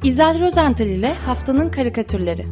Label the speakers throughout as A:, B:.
A: İzel Rozental ile Haftanın Karikatürleri.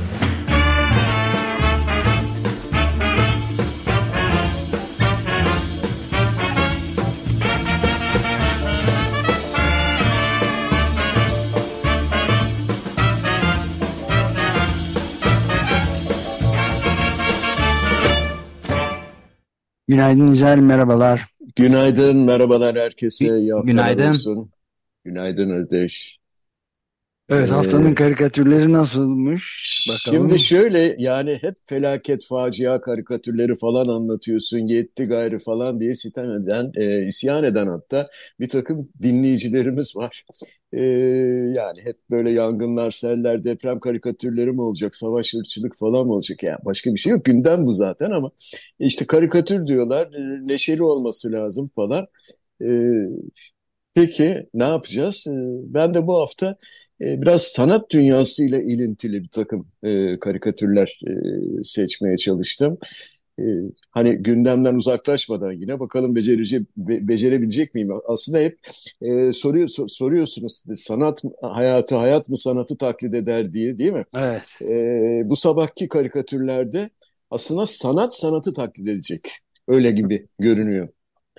B: Günaydın İzel, merhabalar.
C: Günaydın, merhabalar herkese. İyi haftalar
D: Günaydın.
C: olsun. Günaydın Özdeş.
B: Evet, haftanın
C: Ee,
B: karikatürleri nasılmış?
C: Şimdi
B: Bakalım.
C: şöyle yani hep felaket, facia karikatürleri falan anlatıyorsun. Yetti gayrı falan diye sitem eden, isyan eden hatta bir takım dinleyicilerimiz var. Ee, Yani hep böyle yangınlar, seller, deprem karikatürleri mi olacak, savaş, ırkçılık falan mı olacak? Yani başka bir şey yok. Gündem bu zaten ama işte karikatür diyorlar, neşeli olması lazım falan. Ee, Peki ne yapacağız? Ben de bu hafta biraz sanat dünyasıyla ilintili bir takım karikatürler seçmeye çalıştım. E, Hani gündemden uzaklaşmadan yine bakalım becerebilecek miyim? Aslında hep soruyorsunuz sanat hayatı, hayat mı sanatı taklit eder diye, değil mi?
B: Evet.
C: Bu sabahki karikatürlerde aslında sanat sanatı taklit edecek. Öyle gibi görünüyor.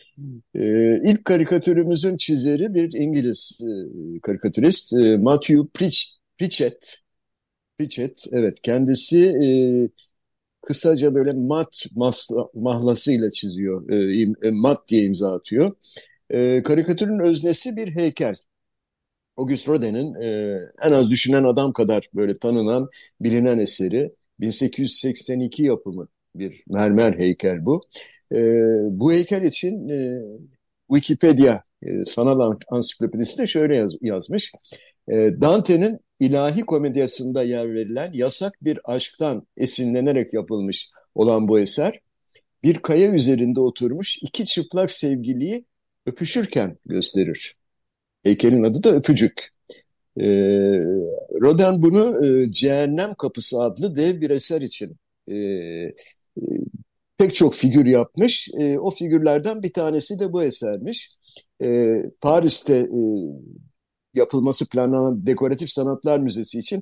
C: İlk karikatürümüzün çizeri bir İngiliz karikatürist Matthew Pritchett. Pritchett, evet kendisi kısaca böyle mahlasıyla çiziyor. Mat diye imza atıyor. Karikatürün öznesi bir heykel. Auguste Rodin'in en az düşünen adam kadar böyle tanınan, bilinen eseri. 1882 yapımı bir mermer heykel bu. E, Bu heykel için Wikipedia sanal ansiklopedisi de şöyle yazmış. Dante'nin İlahi Komedyası'nda yer verilen yasak bir aşktan esinlenerek yapılmış olan bu eser, bir kaya üzerinde oturmuş iki çıplak sevgiliyi öpüşürken gösterir. Heykelin adı da Öpücük. Ee, Rodin bunu Cehennem Kapısı adlı dev bir eser için pek çok figür yapmış. O figürlerden bir tanesi de bu esermiş. Paris'te yapılması planlanan Dekoratif Sanatlar Müzesi için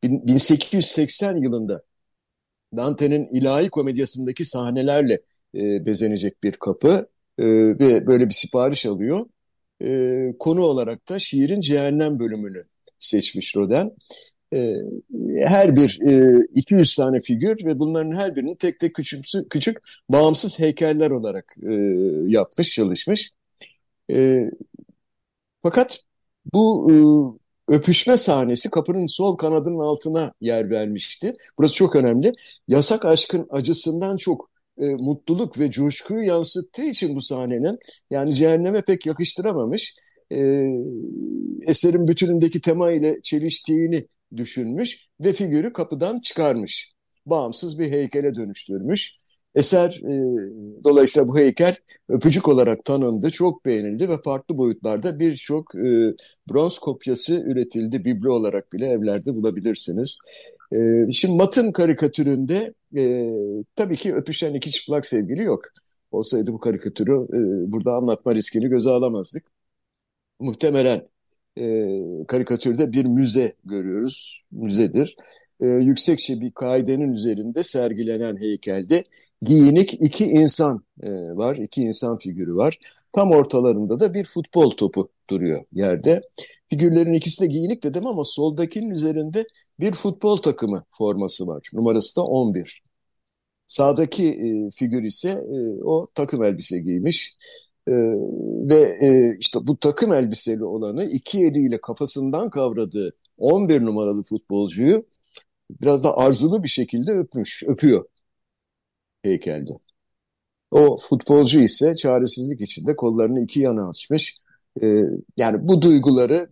C: 1880 yılında Dante'nin İlahi Komedyası'ndaki sahnelerle bezenecek bir kapı ve böyle bir sipariş alıyor. Konu olarak da şiirin cehennem bölümünü seçmiş Rodin. E, Her bir 200 tane figür ve bunların her birini tek tek küçük bağımsız heykeller olarak yapmış, çalışmış. E, Fakat bu öpüşme sahnesi kapının sol kanadının altına yer vermişti. Burası çok önemli. Yasak aşkın acısından çok mutluluk ve coşkuyu yansıttığı için bu sahnenin yani cehenneme pek yakıştıramamış. E, Eserin bütünündeki tema ile çeliştiğini düşünmüş ve figürü kapıdan çıkarmış. Bağımsız bir heykele dönüştürmüş. Eser dolayısıyla bu heykel öpücük olarak tanındı, çok beğenildi ve farklı boyutlarda birçok bronz kopyası üretildi. Biblo olarak bile evlerde bulabilirsiniz. Şimdi Mat'ın karikatüründe tabii ki öpüşen iki çıplak sevgili yok. Olsaydı bu karikatürü burada anlatma riskini göze alamazdık. Muhtemelen karikatürde bir müze görüyoruz, müzedir. Yüksekçe bir kaidenin üzerinde sergilenen heykelde giyinik iki insan var, iki insan figürü var. Tam ortalarında da bir futbol topu duruyor yerde. Figürlerin ikisi de giyinik dedim ama soldakinin üzerinde bir futbol takımı forması var. Numarası da 11. Sağdaki figür ise o takım elbise giymiş. E, Ve işte bu takım elbiseli olanı iki eliyle kafasından kavradığı 11 numaralı futbolcuyu biraz da arzulu bir şekilde öpüyor heykelde. O futbolcu ise çaresizlik içinde kollarını iki yana açmış. E, Yani bu duyguları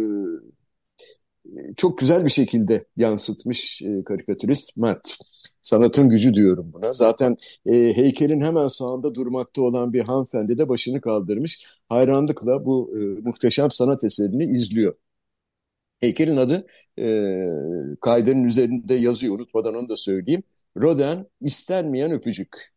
C: çok güzel bir şekilde yansıtmış karikatürist Mert. Sanatın gücü diyorum buna. Zaten heykelin hemen sağında durmakta olan bir hanımefendi de başını kaldırmış. Hayranlıkla bu muhteşem sanat eserini izliyor. Heykelin adı kaidenin üzerinde yazıyor. Unutmadan onu da söyleyeyim. Rodin istenmeyen öpücük.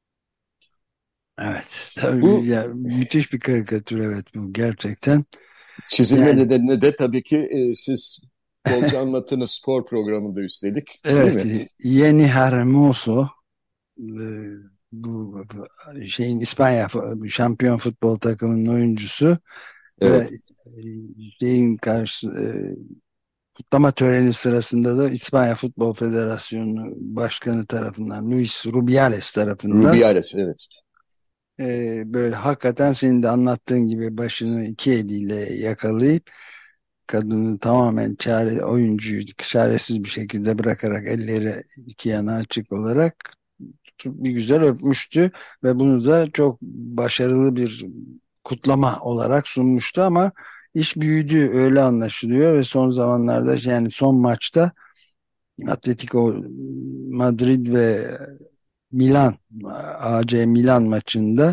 B: Evet. Tabii
C: Bu
B: ya, müthiş bir karikatür, evet, bu gerçekten.
C: Çizilme
B: Yani
C: nedenini de tabii ki siz bolca anlattığınız spor programında üstelik, değil
B: evet,
C: mi?
B: Yeni Hermoso, e, bu şeyin İspanya şampiyon futbol takımının oyuncusu ve
C: Evet,
B: şeyin kutlama töreni sırasında da İspanya Futbol Federasyonu Başkanı tarafından, Luis Rubiales tarafından,
C: Rubiales, evet.
B: böyle hakikaten senin de anlattığın gibi başını iki eliyle yakalayıp kadını tamamen oyuncuyu çaresiz bir şekilde bırakarak, elleri iki yana açık olarak bir güzel öpmüştü ve bunu da çok başarılı bir kutlama olarak sunmuştu, ama iş büyüdü, öyle anlaşılıyor ve son zamanlarda, yani son maçta Atletico Madrid ve Milan, AC Milan maçında,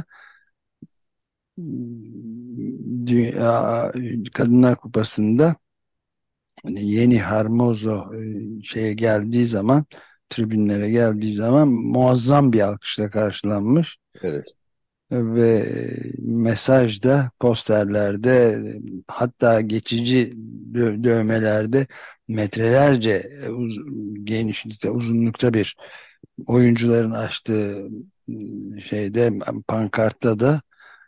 B: Kadınlar Kupası'nda, hani Yeni Hermoso şeye geldiği zaman, tribünlere geldiği zaman muazzam bir alkışla karşılanmış
C: Evet.
B: ve mesajda, posterlerde, hatta geçici dövmelerde metrelerce genişlikte, uzunlukta bir oyuncuların açtığı şeyde, pankartta da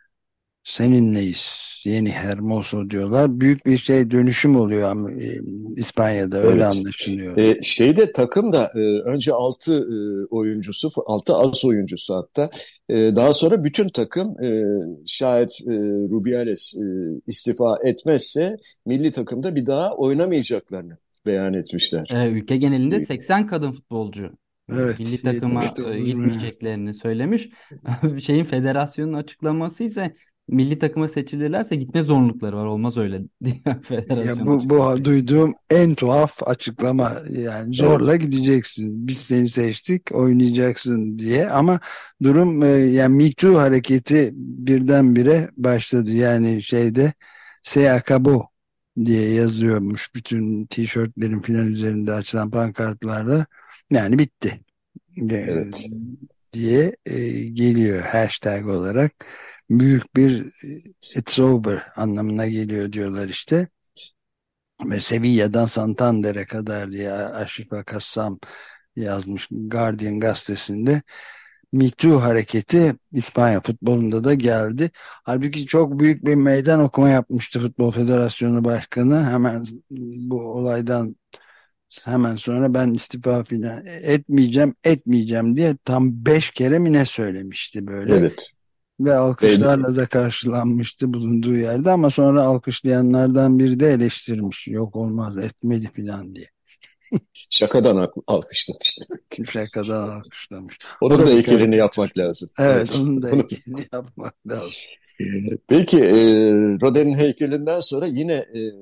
B: seninleyiz Yeni Hermoso diyorlar. Büyük bir dönüşüm oluyor ama, İspanya'da öyle
C: Evet.
B: anlaşılıyor.
C: Şeyde takım da önce 6 oyuncusu, 6 as oyuncusu hatta. Daha sonra bütün takım şayet Rubiales istifa etmezse milli takımda bir daha oynamayacaklarını beyan etmişler.
D: Ülke genelinde
C: E,
D: 80 kadın futbolcu
B: Evet,
D: milli takıma
B: 79 mu ne?
D: gitmeyeceklerini söylemiş. Şeyin, federasyonun açıklaması ise milli takıma seçilirlerse gitme zorunlulukları var. Olmaz öyle diye
B: Ya
D: federasyon
B: bu
D: açıklamış.
B: duyduğum en tuhaf açıklama, yani
C: Evet,
B: zorla gideceksin, biz seni seçtik, oynayacaksın diye. Ama durum, yani Me Too hareketi birdenbire başladı, yani se acabó diye yazıyormuş bütün tişörtlerin filan üzerinde açılan pankartlarda, yani bitti e,
C: evet.
B: diye geliyor hashtag olarak. Büyük bir it's over anlamına geliyor diyorlar işte. Ve Sevilla'dan Santander'e kadar diye Aşifa Kassam yazmış Guardian gazetesinde. Me Too hareketi İspanya futbolunda da geldi. Halbuki çok büyük bir meydan okuma yapmıştı Futbol Federasyonu Başkanı. Hemen bu olaydan hemen sonra ben istifa filan etmeyeceğim diye tam 5 kere mi ne söylemişti böyle.
C: Evet.
B: Ve
C: Ve
B: alkışlarla da karşılanmıştı bulunduğu yerde, ama sonra alkışlayanlardan biri de eleştirmiş. Yok, olmaz, etmedi filan diye.
C: şakadan alkışlamışlar.
B: Şakadan alkışlamış. O
C: Onun
B: da
C: da
B: bir
C: heykelini
B: karikatür.
C: yapmak lazım.
B: Evet,
C: Evet.
B: onun da heykelini yapmak lazım.
C: Peki, Rodin'in heykelinden sonra yine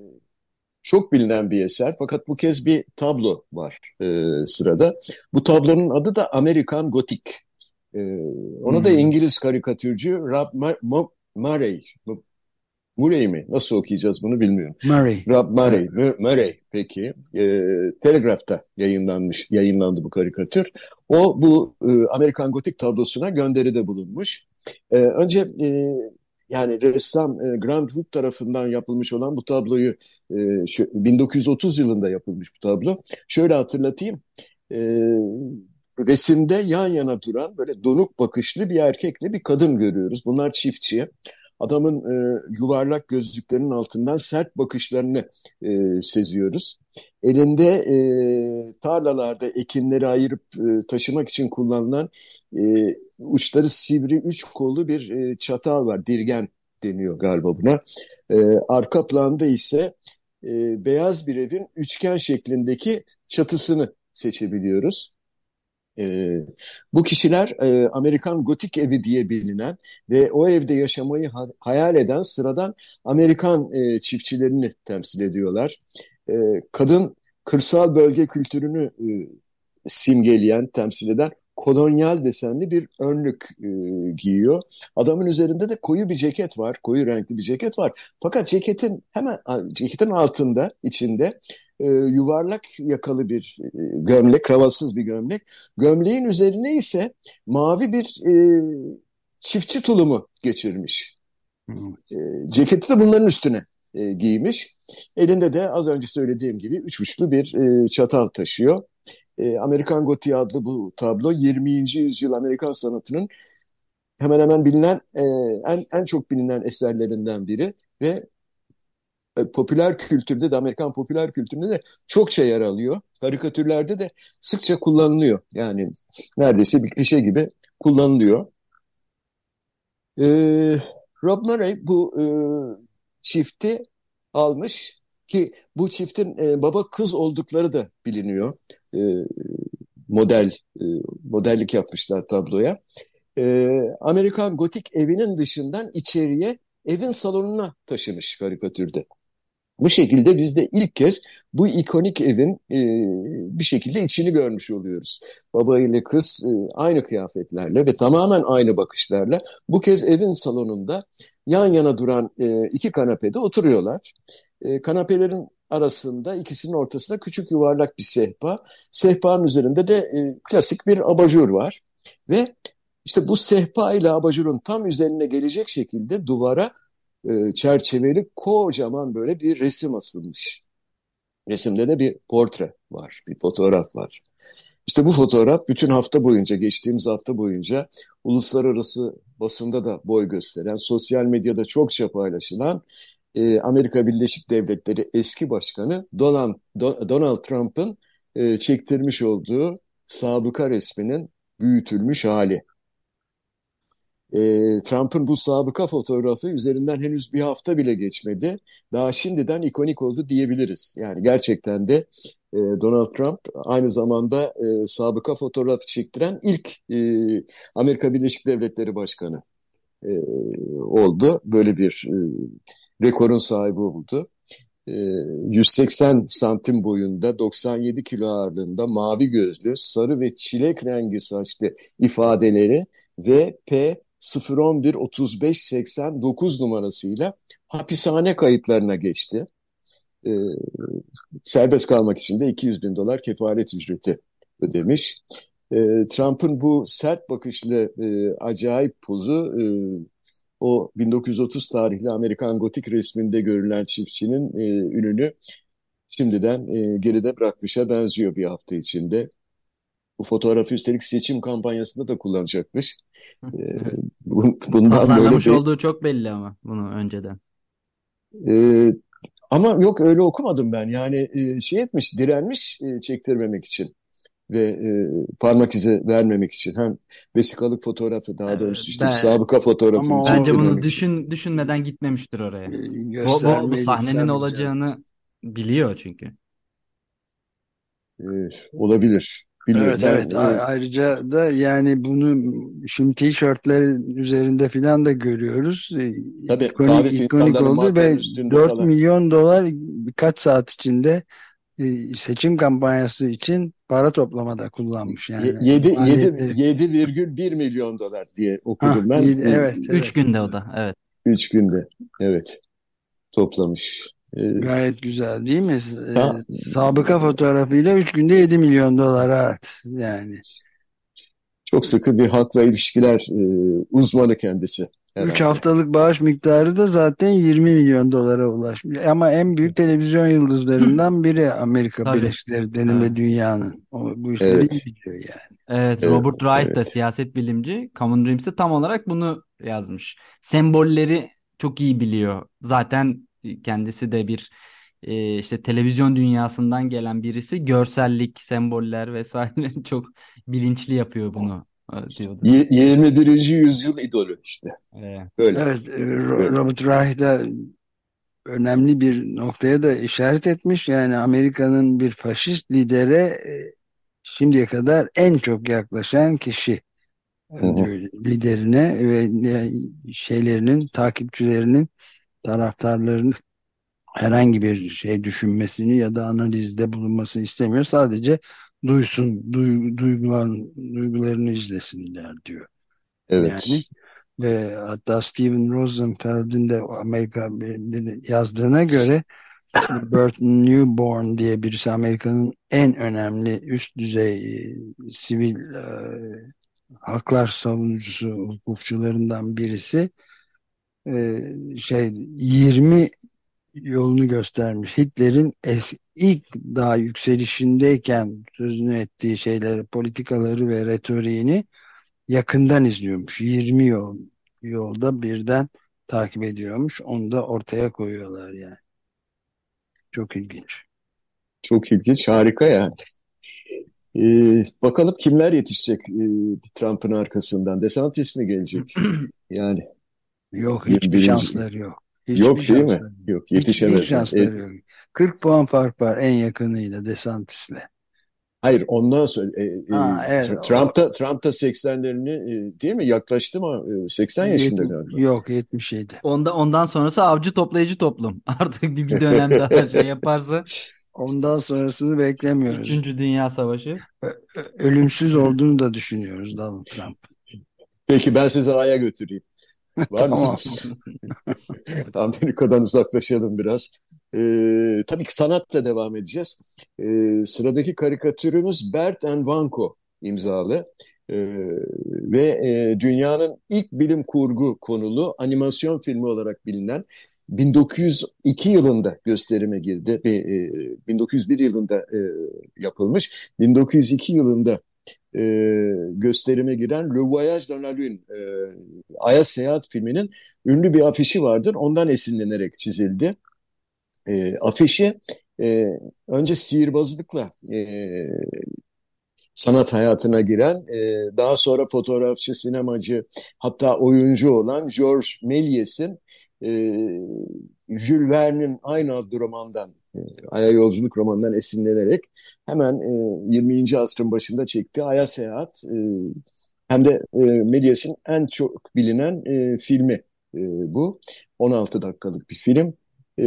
C: çok bilinen bir eser, fakat bu kez bir tablo var sırada. Bu tablonun adı da Amerikan Gotik. E, Onu da
B: Hmm.
C: İngiliz karikatürcü Murray, Murray mi? Nasıl okuyacağız bunu bilmiyorum.
B: Murray.
C: Rob
B: Evet.
C: Murray peki. Telegraph'ta yayınlandı bu karikatür. O bu Amerikan Gotik tablosuna gönderide bulunmuş. Önce yani ressam Grant Wood tarafından yapılmış olan bu tabloyu 1930 yılında yapılmış bu tablo. Şöyle hatırlatayım. E, Resimde yan yana duran böyle donuk bakışlı bir erkekle bir kadın görüyoruz. Bunlar çiftçi. Adamın yuvarlak gözlüklerinin altından sert bakışlarını seziyoruz. Elinde tarlalarda ekinleri ayırıp taşımak için kullanılan uçları sivri üç kollu bir çatal var. Dirgen deniyor galiba buna. Arka planda ise beyaz bir evin üçgen şeklindeki çatısını seçebiliyoruz. Bu kişiler Amerikan Gotik evi diye bilinen ve o evde yaşamayı hayal eden sıradan Amerikan çiftçilerini temsil ediyorlar. E, Kadın kırsal bölge kültürünü simgeleyen, temsil eden kolonyal desenli bir önlük giyiyor. Adamın üzerinde de koyu bir ceket var, koyu renkli bir ceket var. Fakat ceketin altında, içinde yuvarlak yakalı bir gömlek, kravatsız bir gömlek. Gömleğin üzerine ise mavi bir çiftçi tulumu geçirmiş.
B: Hmm.
C: Ceketi de bunların üstüne giymiş. Elinde de az önce söylediğim gibi üç uçlu bir çatal taşıyor. Amerikan Gotiği adlı bu tablo 20. yüzyıl Amerikan sanatının hemen hemen bilinen en çok bilinen eserlerinden biri ve popüler kültürde de Amerikan popüler kültüründe de çokça yer alıyor. Karikatürlerde de sıkça kullanılıyor. Yani neredeyse bir klişe gibi kullanılıyor. Ee, Rob Murray bu çifti almış ki bu çiftin baba kız oldukları da biliniyor. E, model e, modellik yapmışlar tabloya. Amerikan gotik evinin dışından içeriye evin salonuna taşımış karikatürde. Bu şekilde biz de ilk kez bu ikonik evin bir şekilde içini görmüş oluyoruz. Baba ile kız aynı kıyafetlerle ve tamamen aynı bakışlarla bu kez evin salonunda yan yana duran iki kanepede oturuyorlar. Kanepelerin arasında ikisinin ortasında küçük yuvarlak bir sehpa. Sehpanın üzerinde de klasik bir abajur var. Ve işte bu sehpa ile abajurun tam üzerine gelecek şekilde duvara çerçeveli kocaman böyle bir resim asılmış. Resimde de bir portre var, bir fotoğraf var. İşte bu fotoğraf bütün hafta boyunca, geçtiğimiz hafta boyunca uluslararası basında da boy gösteren, sosyal medyada çokça paylaşılan Amerika Birleşik Devletleri eski başkanı Donald Trump'ın çektirmiş olduğu sabıka resminin büyütülmüş hali. Trump'ın bu sabıka fotoğrafı üzerinden henüz bir hafta bile geçmedi. Daha şimdiden ikonik oldu diyebiliriz. Yani gerçekten de Donald Trump aynı zamanda sabıka fotoğrafı çektiren ilk Amerika Birleşik Devletleri Başkanı e, oldu. Böyle bir rekorun sahibi oldu. 180 santim boyunda, 97 kilo ağırlığında, mavi gözlü, sarı ve çilek rengi saçlı ifadeleri VP 011 35 89 numarasıyla hapishane kayıtlarına geçti. Ee, serbest kalmak için de 200 bin dolar kefaret ücreti ödemiş. Trump'ın bu sert bakışlı acayip pozu o 1930 tarihli Amerikan Gotik resminde görülen çiftçinin ününü şimdiden geride bırakmışa benziyor bir hafta içinde. Bu fotoğrafı üstelik seçim kampanyasında da kullanacakmış. E, bundan böyle
D: Tasarlamış
C: bir...
D: olduğu çok belli ama bunu önceden.
C: E, ama yok öyle okumadım ben. Yani şey etmiş, direnmiş çektirmemek için ve parmak izi vermemek için. Hem vesikalık fotoğrafı daha doğrusu işte bir
D: Ben
C: sabıka fotoğrafını
B: Ama o
D: bence bunu
C: çektirmemek için.
D: düşünmeden gitmemiştir oraya. Bu
B: göstermelik
D: sahnenin
B: tabii canım.
D: olacağını biliyor çünkü.
C: E, olabilir. Bilmiyorum.
B: Evet, evet. Ayrıca da yani bunu şimdi tişörtlerin üzerinde falan da görüyoruz.
C: Tabii kahve
B: İkonik
C: fincanları
B: oldu
C: markanın
B: ve
C: üstünde
B: 4
C: falan.
B: milyon dolar birkaç saat içinde seçim kampanyası için para toplamada kullanmış yani
C: 7
B: maliyetleri.
C: 7,1 milyon dolar diye
B: Ha,
C: okudum ben.
B: evet,
D: 3
B: evet.
D: günde o da. Evet.
C: 3 günde. Evet, toplamış.
B: Gayet güzel değil mi?
C: Ta,
B: Sabıka fotoğrafıyla 3 günde 7 milyon dolara at. Yani
C: çok sıkı bir halkla ilişkiler uzmanı kendisi
B: 3
C: herhalde.
B: haftalık bağış miktarı da zaten 20 milyon dolara ulaşmış. Ama en büyük televizyon yıldızlarından biri Amerika
D: Tabii.
B: Birleşik Devletleri'nin
D: Evet.
B: ve dünyanın. Bu işleri iyi
C: Evet,
B: biliyor yani.
D: Evet,
C: evet,
D: Robert Wright da
C: evet,
D: siyaset bilimci. Common Dreams'te tam olarak bunu yazmış. Sembolleri çok iyi biliyor. Zaten kendisi de bir işte televizyon dünyasından gelen birisi. Görsellik, semboller vesaire çok bilinçli yapıyor bunu diyordu.
C: 21. yüzyıl idolü işte.
D: Evet.
C: Böyle,
B: Evet,
C: böyle.
B: Robert Reich da önemli bir noktaya da işaret etmiş. Yani Amerika'nın bir faşist lidere şimdiye kadar en çok yaklaşan kişi
C: Hı hı.
B: diyor liderine ve şeylerinin, takipçilerinin, taraftarlarının herhangi bir şey düşünmesini ya da analizde bulunmasını istemiyor. Sadece duysun, duygularını izlesinler diyor. Yani
C: Evet.
B: ve hatta Steven Rosenfeld'in de Amerika yazdığına göre Bert Newborn diye birisi Amerika'nın en önemli üst düzey sivil haklar savunucusu, hukukçularından birisi. Şey 20 yolunu göstermiş. Hitler'in ilk daha yükselişindeyken sözünü ettiği şeyleri, politikaları ve retoriğini yakından izliyormuş. 20 yolda birden takip ediyormuş. Onu da ortaya koyuyorlar yani. Çok ilginç.
C: Çok ilginç, harika yani. Bakalım kimler yetişecek Trump'ın arkasından. DeSantis mi gelecek? Yani
B: Yok, hiçbir
C: 21.
B: şansları yok. Hiçbir
C: Yok değil mi?
B: şansları yok.
C: Yok,
B: Hiçbir
C: yetişemezler.
B: şansları yok. 40 puan fark var en yakınıyla DeSantis'le.
C: Hayır, ondan sonra
B: Evet,
C: Trump da 80'lerini değil mi? Yaklaştı mı? 80 yaşında galiba.
B: yok, 77.
D: Ondan sonrası avcı toplayıcı toplum. Artık bir dönem daha şey yaparsa
B: Ondan sonrasını beklemiyoruz.
D: Üçüncü Dünya Savaşı.
B: Ölümsüz olduğunu da düşünüyoruz Donald Trump.
C: Peki ben sizi Ay'a götüreyim. Var
B: Tamam.
C: mısınız? Amerika'dan uzaklaşalım biraz. Tabii ki sanatla devam edeceğiz. Sıradaki karikatürümüz Bert and Vanko imzalı. Ve dünyanın ilk bilim kurgu konulu animasyon filmi olarak bilinen 1902 yılında gösterime girdi. 1901 yılında yapılmış. 1902 yılında e, gösterime giren Le Voyage dans la Lune, Ay'a Seyahat filminin ünlü bir afişi vardır. Ondan esinlenerek çizildi. Afişi önce sihirbazlıkla sanat hayatına giren, daha sonra fotoğrafçı, sinemacı, hatta oyuncu olan George Méliès'in e, Jules Verne'in aynı adlı romandan, Ay'a Yolculuk romanından esinlenerek hemen 20. asrın başında çektiği Ay'a Seyahat, hem de Méliès'in en çok bilinen filmi bu. 16 dakikalık bir film. E,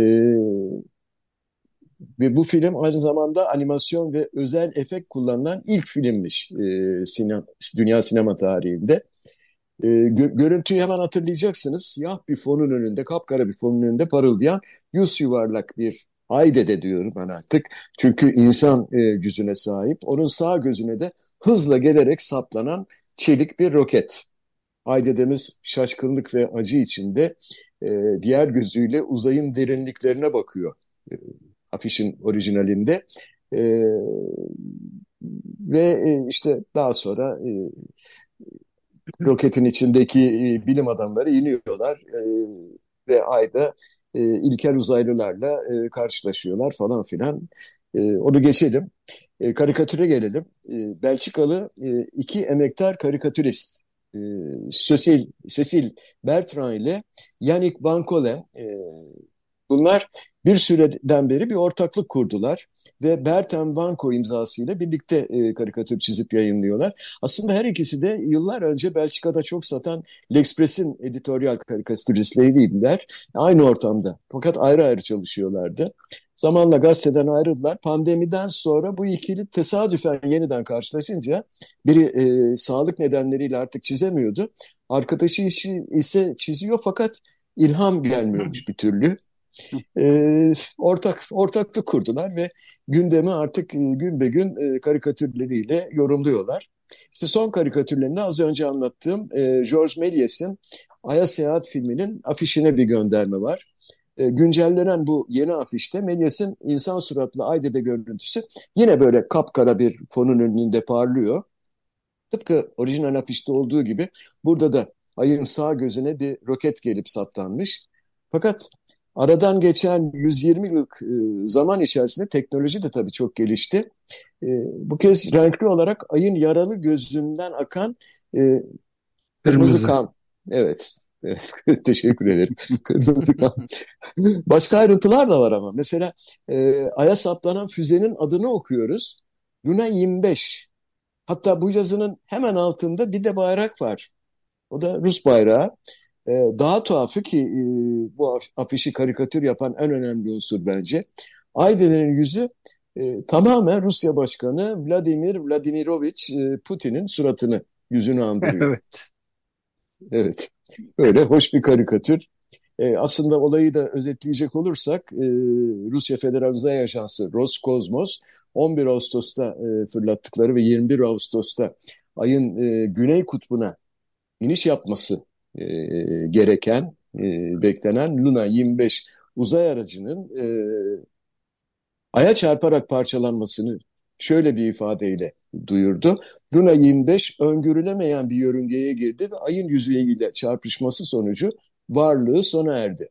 C: Ve bu film aynı zamanda animasyon ve özel efekt kullanılan ilk filmmiş dünya sinema tarihinde. Görüntüyü hemen hatırlayacaksınız. Siyah bir fonun önünde, kapkara bir fonun önünde parıldayan yüz yuvarlak bir ay dede diyorum ben artık. Çünkü insan yüzüne sahip. Onun sağ gözüne de hızla gelerek saplanan çelik bir roket. Ay dedemiz şaşkınlık ve acı içinde diğer gözüyle uzayın derinliklerine bakıyor. E, Afişin orijinalinde. E, Ve işte daha sonra roketin içindeki bilim adamları iniyorlar ve Ay'da ilkel uzaylılarla karşılaşıyorlar falan filan. Onu geçelim. Karikatüre gelelim. Belçikalı iki emektar karikatürist, e, Cecil Bertrand ile Yannick Bancolen, bunlar bir süreden beri bir ortaklık kurdular ve Bertrand Banco imzasıyla birlikte karikatür çizip yayınlıyorlar. Aslında her ikisi de yıllar önce Belçika'da çok satan L'Express'in editoryal karikatüristleriydiler. Aynı ortamda fakat ayrı ayrı çalışıyorlardı. Zamanla gazeteden ayrıldılar. Pandemiden sonra bu ikili tesadüfen yeniden karşılaşınca biri sağlık nedenleriyle artık çizemiyordu. Arkadaşı ise çiziyor fakat ilham gelmiyormuş bir türlü. Ortaklık kurdular ve gündemi artık gün be gün karikatürleriyle yorumluyorlar. İşte son karikatürlerinde az önce anlattığım George Méliès'in Ay'a Seyahat filminin afişine bir gönderme var. Güncellenen bu yeni afişte Méliès'in insan suratlı ay dede görüntüsü yine böyle kapkara bir fonun önünde parlıyor. Tıpkı orijinal afişte olduğu gibi burada da ayın sağ gözüne bir roket gelip saptanmış. Fakat aradan geçen 120 yıllık zaman içerisinde teknoloji de tabii çok gelişti. Bu kez renkli olarak ayın yaralı gözünden akan e, kırmızı
B: Kırmızı.
C: kan. Evet. Evet. Teşekkür ederim. Kırmızı kan. Başka ayrıntılar da var ama. Mesela Ay'a saplanan füzenin adını okuyoruz. Luna 25. Hatta bu yazının hemen altında bir de bayrak var. O da Rus bayrağı. Daha tuhafı ki bu afişi karikatür yapan en önemli unsur bence. Aydede'nin yüzü tamamen Rusya Başkanı Vladimir Vladimirovich Putin'in suratını, yüzünü andırıyor.
B: Evet.
C: Evet, öyle hoş bir karikatür. Aslında olayı da özetleyecek olursak Rusya Federal Uzay Ajansı Roskosmos 11 Ağustos'ta fırlattıkları ve 21 Ağustos'ta ayın güney kutbuna iniş yapması gereken, beklenen Luna 25 uzay aracının Ay'a çarparak parçalanmasını şöyle bir ifadeyle duyurdu. Luna 25 öngörülemeyen bir yörüngeye girdi ve Ay'ın yüzeyiyle çarpışması sonucu varlığı sona erdi.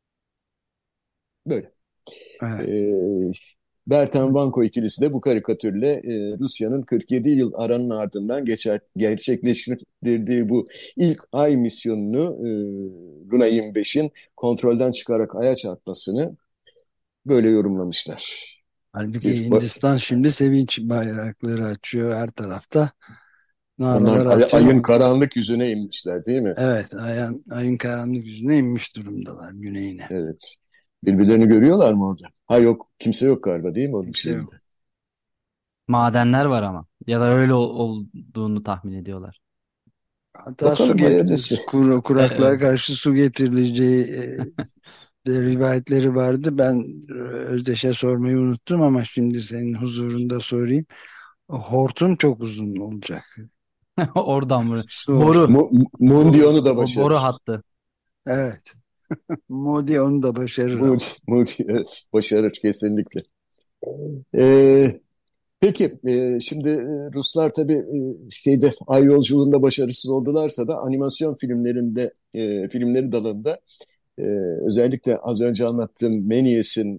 C: Böyle.
B: Evet.
C: Bertan Vanko ikilisi de bu karikatürle Rusya'nın 47 yıl aranın ardından gerçekleştirdiği bu ilk Ay misyonunu Luna 25'in kontrolden çıkarak Ay'a çarpmasını böyle yorumlamışlar.
B: Halbuki Hindistan şimdi sevinç bayrakları açıyor her tarafta.
C: Onlar
B: Naralar atıyor.
C: Ay'ın karanlık yüzüne inmişler değil mi?
B: Evet, ayın karanlık yüzüne inmiş durumdalar güneyine.
C: Evet. Birbirlerini görüyorlar mı orada? Ha yok, kimse yok galiba değil mi onun
B: Kimse yok.
C: şeyinde?
D: Madenler var ama. Ya da öyle olduğunu tahmin ediyorlar.
B: Hatta
C: Bakalım hayırlısı.
B: kuraklığa
D: Evet.
B: karşı su getirileceği de rivayetleri vardı. Ben Özdeş'e sormayı unuttum ama şimdi senin huzurunda sorayım. Hortum çok uzun olacak.
D: Oradan buraya.
B: Su
D: Boru.
C: Mundi onu da
D: Boru
C: başarır.
D: hattı.
B: Evet. Modi onu da başarır ama.
C: Moody evet, başarır kesinlikle. Ee, peki şimdi Ruslar tabii Ay yolculuğunda başarısız oldularsa da animasyon filmleri dalında e, özellikle az önce anlattığım Méliès'in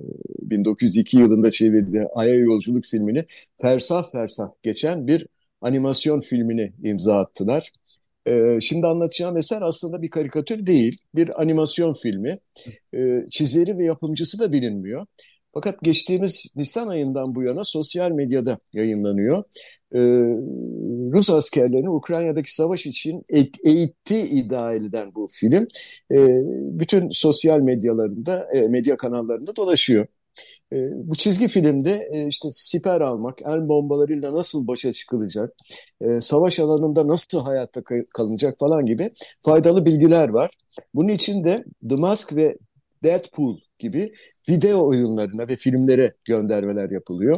C: 1902 yılında çevirdiği Ay'a Yolculuk filmini fersah fersah geçen bir animasyon filmini imza attılar. Şimdi anlatacağım eser aslında bir karikatür değil, bir animasyon filmi. Çizeri ve yapımcısı da bilinmiyor. Fakat geçtiğimiz Nisan ayından bu yana sosyal medyada yayınlanıyor. Ee, Rus askerlerini Ukrayna'daki savaş için eğittiği iddia edilen bu film e, bütün sosyal medya kanallarında dolaşıyor. Bu çizgi filmde işte siper almak, el bombalarıyla nasıl başa çıkılacak, savaş alanında nasıl hayatta kalınacak falan gibi faydalı bilgiler var. Bunun için de The Mask ve Deadpool gibi video oyunlarına ve filmlere göndermeler yapılıyor.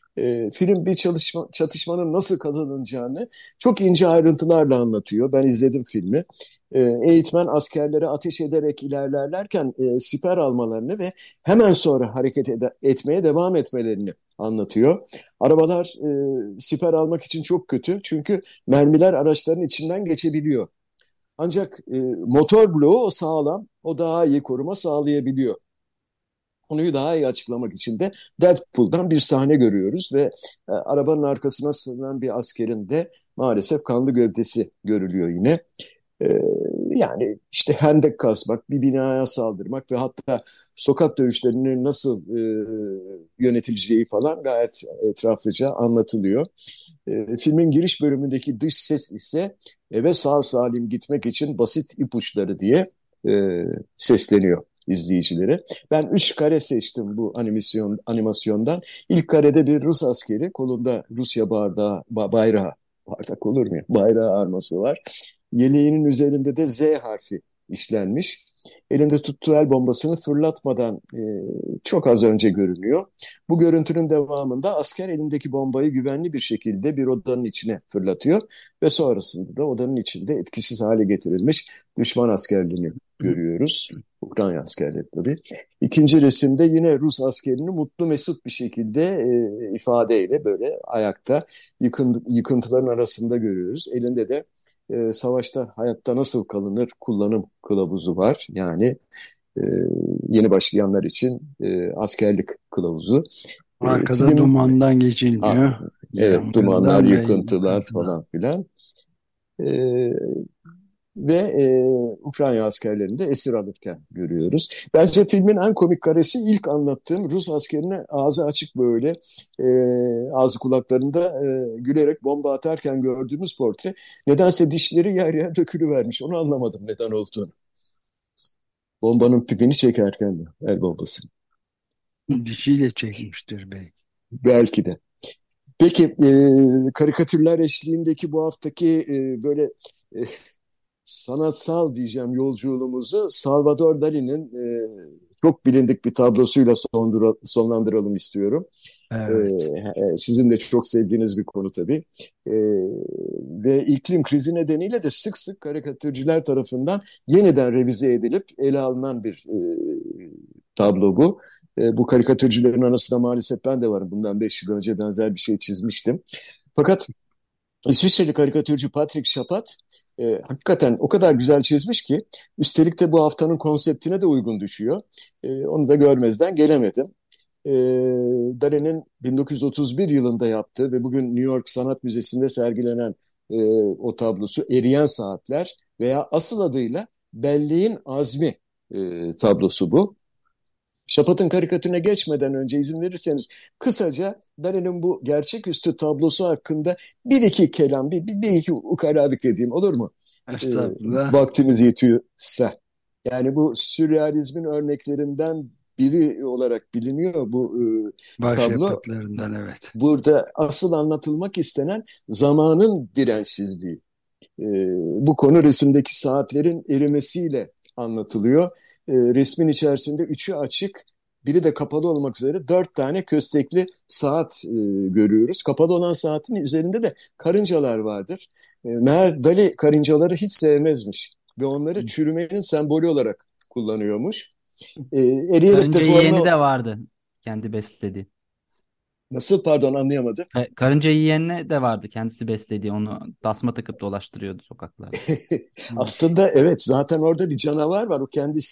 C: Film bir çatışmanın nasıl kazanılacağını çok ince ayrıntılarla anlatıyor. Ben izledim filmi. Eğitmen askerlere ateş ederek ilerlerlerken siper almalarını ve hemen sonra etmeye devam etmelerini anlatıyor. Arabalar siper almak için çok kötü çünkü mermiler araçların içinden geçebiliyor. Ancak motor bloğu o sağlam, o daha iyi koruma sağlayabiliyor. Konuyu daha iyi açıklamak için de Deadpool'dan bir sahne görüyoruz ve arabanın arkasına sığınan bir askerin de maalesef kanlı gövdesi görülüyor yine. E, Yani işte hendek kazmak, bir binaya saldırmak ve hatta sokak dövüşlerinin nasıl yönetileceği falan gayet etraflıca anlatılıyor. Filmin giriş bölümündeki dış ses ise eve sağ salim gitmek için basit ipuçları diye sesleniyor izleyicilere. Ben 3 kare seçtim bu animasyondan. İlk karede bir Rus askeri, kolunda Rusya bayrağı, bardak olur mu ya? Bayrağı arması var. Yeleğinin üzerinde de Z harfi işlenmiş. Elinde tuttuğu el bombasını fırlatmadan çok az önce görünüyor. Bu görüntünün devamında asker elindeki bombayı güvenli bir şekilde bir odanın içine fırlatıyor ve sonrasında da odanın içinde etkisiz hale getirilmiş düşman askerlerini görüyoruz. Ukrayna askerleri tabii. İkinci resimde yine Rus askerini mutlu mesut bir şekilde ifadeyle böyle ayakta yıkıntıların arasında görüyoruz. Elinde de savaşta hayatta nasıl kalınır kullanım kılavuzu var. Yani e, yeni başlayanlar için askerlik kılavuzu.
B: Arkada
C: Film
B: dumandan
C: ha,
B: geçilmiyor.
C: evet, dumanlar,
B: Yağmurdan ve
C: yıkıntılar
B: yıkıntıdan.
C: falan filan. E, Ve Ukrayna askerlerini de esir alırken görüyoruz. Bence filmin en komik karesi ilk anlattığım Rus askerine ağzı açık böyle ağzı kulaklarında gülerek bomba atarken gördüğümüz portre. Nedense dişleri yer yer dökülüvermiş. Onu anlamadım neden olduğunu. Bombanın pipini çekerken mi? El bombasını.
B: Dişiyle çekmiştir belki.
C: Belki de. Peki karikatürler eşliğindeki bu haftaki böyle e, sanatsal diyeceğim yolculuğumuzu Salvador Dali'nin çok bilindik bir tablosuyla sonlandıralım istiyorum.
B: Evet.
C: Sizin de çok sevdiğiniz bir konu tabii. E, Ve iklim krizi nedeniyle de sık sık karikatürcüler tarafından yeniden revize edilip ele alınan bir tablo bu. Bu karikatürcülerin arasında maalesef ben de varım. Bundan 5 yıl önce benzer bir şey çizmiştim. Fakat İsviçreli karikatürcü Patrick Chapat hakikaten o kadar güzel çizmiş ki üstelik de bu haftanın konseptine de uygun düşüyor. Onu da görmezden gelemedim. E, Dali'nin 1931 yılında yaptığı ve bugün New York Sanat Müzesi'nde sergilenen o tablosu Eriyen Saatler veya asıl adıyla Belleğin Azmi tablosu bu. Şapat'ın karikatürüne geçmeden önce izin verirseniz kısaca Dali'nin bu gerçeküstü tablosu hakkında bir iki kelam, bir iki ukalalık edeyim olur mu?
B: Estağfurullah.
C: Vaktimiz yetiyorsa. Yani bu sürrealizmin örneklerinden biri olarak biliniyor bu tablo.
B: Başyapıtlarından, evet.
C: Burada asıl anlatılmak istenen zamanın dirençsizliği. Bu konu resimdeki saatlerin erimesiyle anlatılıyor. Resmin içerisinde üçü açık, biri de kapalı olmak üzere 4 tane köstekli saat görüyoruz. Kapalı olan saatin üzerinde de karıncalar vardır. Meğer Dali karıncaları hiç sevmezmiş ve onları çürümenin sembolü olarak kullanıyormuş. Eriyerek
D: Karınca
C: de
D: yeğeni
C: forma...
D: de vardı. Kendi beslediği.
C: Nasıl, pardon, anlayamadım.
D: Karınca yiyenine de vardı kendisi beslediği. Onu tasma takıp dolaştırıyordu sokaklarda.
C: Aslında evet, zaten orada bir canavar var. O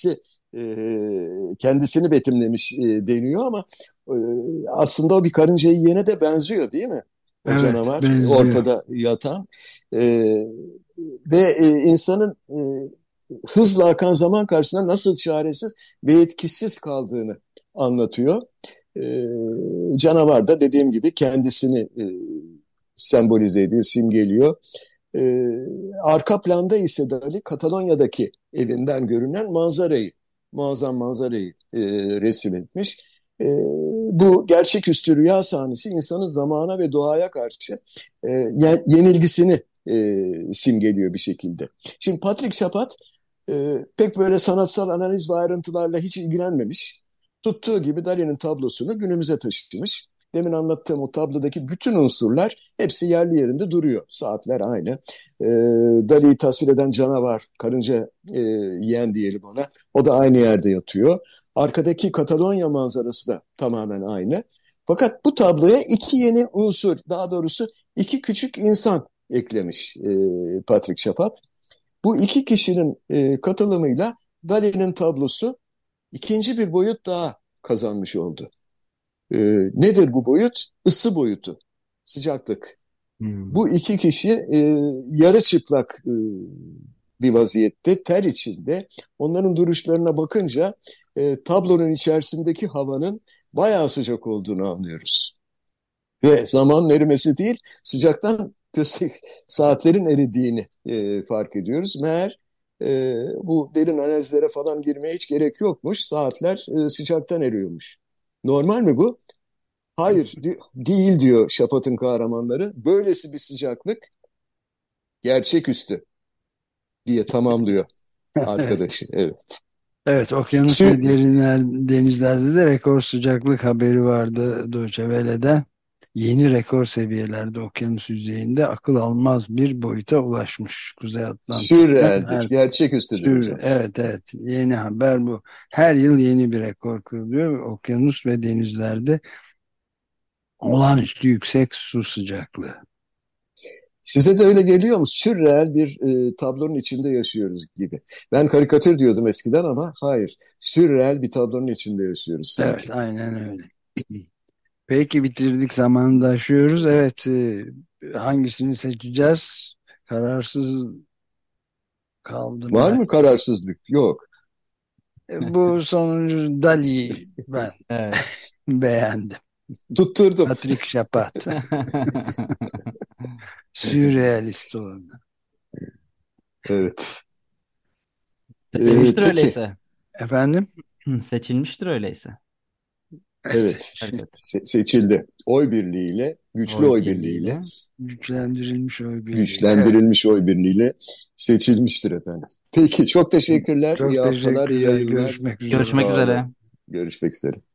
C: kendisini betimlemiş deniyor ama e, aslında o bir karıncayı yiyene de benziyor değil mi? O
B: Evet,
C: canavar
B: benziyor.
C: ortada yatan e, ve insanın hızla akan zaman karşısında nasıl çaresiz ve etkisiz kaldığını anlatıyor. E, Canavar da dediğim gibi kendisini sembolize ediyor, simgeliyor. Ee, Arka planda ise Dali Katalonya'daki evinden görünen manzarayı, muazzam manzarayı resim etmiş. Bu gerçeküstü rüya sahnesi insanın zamana ve doğaya karşı yenilgisini simgeliyor bir şekilde. Şimdi Patrick Chapat pek böyle sanatsal analiz ve ayrıntılarla hiç ilgilenmemiş. Tuttuğu gibi Dali'nin tablosunu günümüze taşımış. Demin anlattığım o tablodaki bütün unsurlar hepsi yerli yerinde duruyor. Saatler aynı. E, Dali'yi tasvir eden canavar, karınca yiyen diyelim ona. O da aynı yerde yatıyor. Arkadaki Katalonya manzarası da tamamen aynı. Fakat bu tabloya iki yeni unsur, daha doğrusu iki küçük insan eklemiş Patrick Chapat. Bu iki kişinin katılımıyla Dali'nin tablosu ikinci bir boyut daha kazanmış oldu. Nedir bu boyut? Isı boyutu, sıcaklık.
B: Hmm.
C: Bu iki kişi yarı çıplak bir vaziyette, ter içinde. Onların duruşlarına bakınca tablonun içerisindeki havanın bayağı sıcak olduğunu anlıyoruz. Ve zamanın erimesi değil, sıcaktan saatlerin eridiğini fark ediyoruz. Meğer bu derin analizlere falan girmeye hiç gerek yokmuş. Saatler sıcaktan eriyormuş. Normal mi bu? Hayır, değil diyor Şapat'ın kahramanları. Böylesi bir sıcaklık gerçeküstü diye tamamlıyor
B: Evet.
C: arkadaşı. Evet.
B: Evet, okyanus ve
C: Sü-
B: denizlerde de rekor sıcaklık haberi vardı Deutsche Welle'den. Yeni rekor seviyelerde okyanus yüzeyinde akıl almaz bir boyuta ulaşmış Kuzey Atlantik'ten.
C: Sürrealdir, gerçeküstüdür hocam.
B: Evet, evet, yeni haber bu. Her yıl yeni bir rekor kırılıyor. Okyanus ve denizlerde olağanüstü yüksek su sıcaklığı.
C: Size de öyle geliyor mu? Sürreel bir tablonun içinde yaşıyoruz gibi. Ben karikatür diyordum eskiden ama hayır. Sürreel bir tablonun içinde yaşıyoruz
B: Evet,
C: sanki.
B: aynen öyle. Peki, bitirdik, zamanını da aşıyoruz. Evet, hangisini seçeceğiz? Kararsız kaldım
C: Var
B: ben.
C: mı kararsızlık? Yok.
B: Bu sonuncu Dali'yi ben
D: Evet.
B: beğendim.
C: Tutturdum.
B: Patrick Chapat. Sürrealist olanı.
C: Evet.
D: Seçilmiştir
C: Peki.
D: öyleyse.
B: Efendim?
D: Seçilmiştir öyleyse.
C: Evet.
D: Hareket.
C: Seçildi. Oy birliğiyle, güçlü
D: Oy
C: oy birliğiyle,
D: birliğiyle.
B: Güçlendirilmiş oy birliğiyle. Evet.
C: güçlendirilmiş oy birliğiyle seçilmiştir efendim. Peki, çok teşekkürler. İyi
B: Çok
C: haftalar, iyi
B: teşekkürler.
C: yayınlar.
B: Görüşmek üzere.
D: Görüşmek
C: Sağ olun.
D: üzere.
C: Görüşmek üzere.